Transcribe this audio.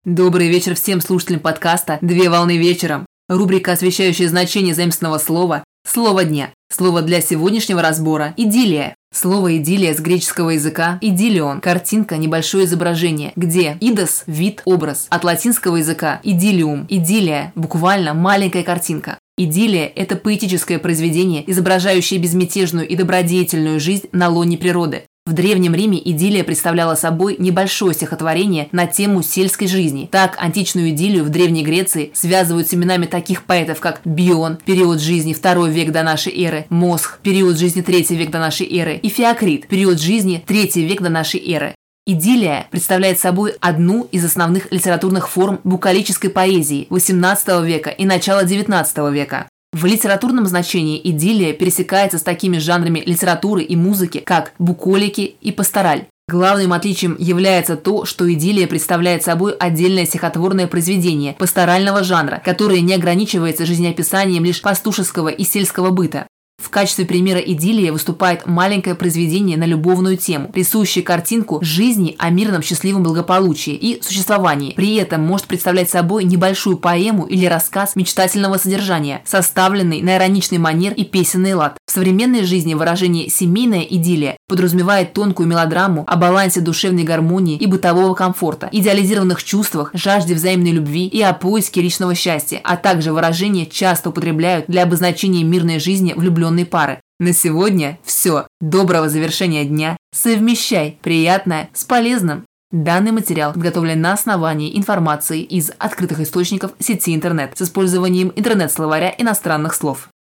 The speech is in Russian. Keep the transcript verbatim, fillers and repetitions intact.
Добрый вечер всем слушателям подкаста «Две волны вечером». Рубрика, освещающая значение заимственного слова «Слово дня». Слово для сегодняшнего разбора – «идиллия». Слово «идиллия» с греческого языка «идиллион» – картинка, небольшое изображение, где «идос» – вид, образ. От латинского языка «идиллиум» – идиллия, буквально маленькая картинка. Идиллия – это поэтическое произведение, изображающее безмятежную и добродетельную жизнь на лоне природы. В Древнем Риме идиллия представляла собой небольшое стихотворение на тему сельской жизни. Так, античную идиллию в Древней Греции связывают с именами таких поэтов, как Бион, период жизни второй век до нашей эры, Мосх, период жизни третий век до нашей эры, и Феокрит, период жизни третий век до нашей эры. Идиллия представляет собой одну из основных литературных форм букалической поэзии восемнадцатого века и начала девятнадцатого века. В литературном значении идиллия пересекается с такими жанрами литературы и музыки, как буколики и пастораль. Главным отличием является то, что идиллия представляет собой отдельное стихотворное произведение пасторального жанра, которое не ограничивается жизнеописанием лишь пастушеского и сельского быта. В качестве примера идиллии выступает маленькое произведение на любовную тему, рисующее картинку жизни о мирном счастливом благополучии и существовании. При этом может представлять собой небольшую поэму или рассказ мечтательного содержания, составленный на ироничный манер и песенный лад. В современной жизни выражение «семейная идиллия» подразумевает тонкую мелодраму о балансе душевной гармонии и бытового комфорта, идеализированных чувствах, жажде взаимной любви и о поиске личного счастья, а также выражение часто употребляют для обозначения мирной жизни влюбленных пары. На сегодня все. Доброго завершения дня. Совмещай приятное с полезным. Данный материал подготовлен на основании информации из открытых источников сети интернет с использованием интернет-словаря иностранных слов.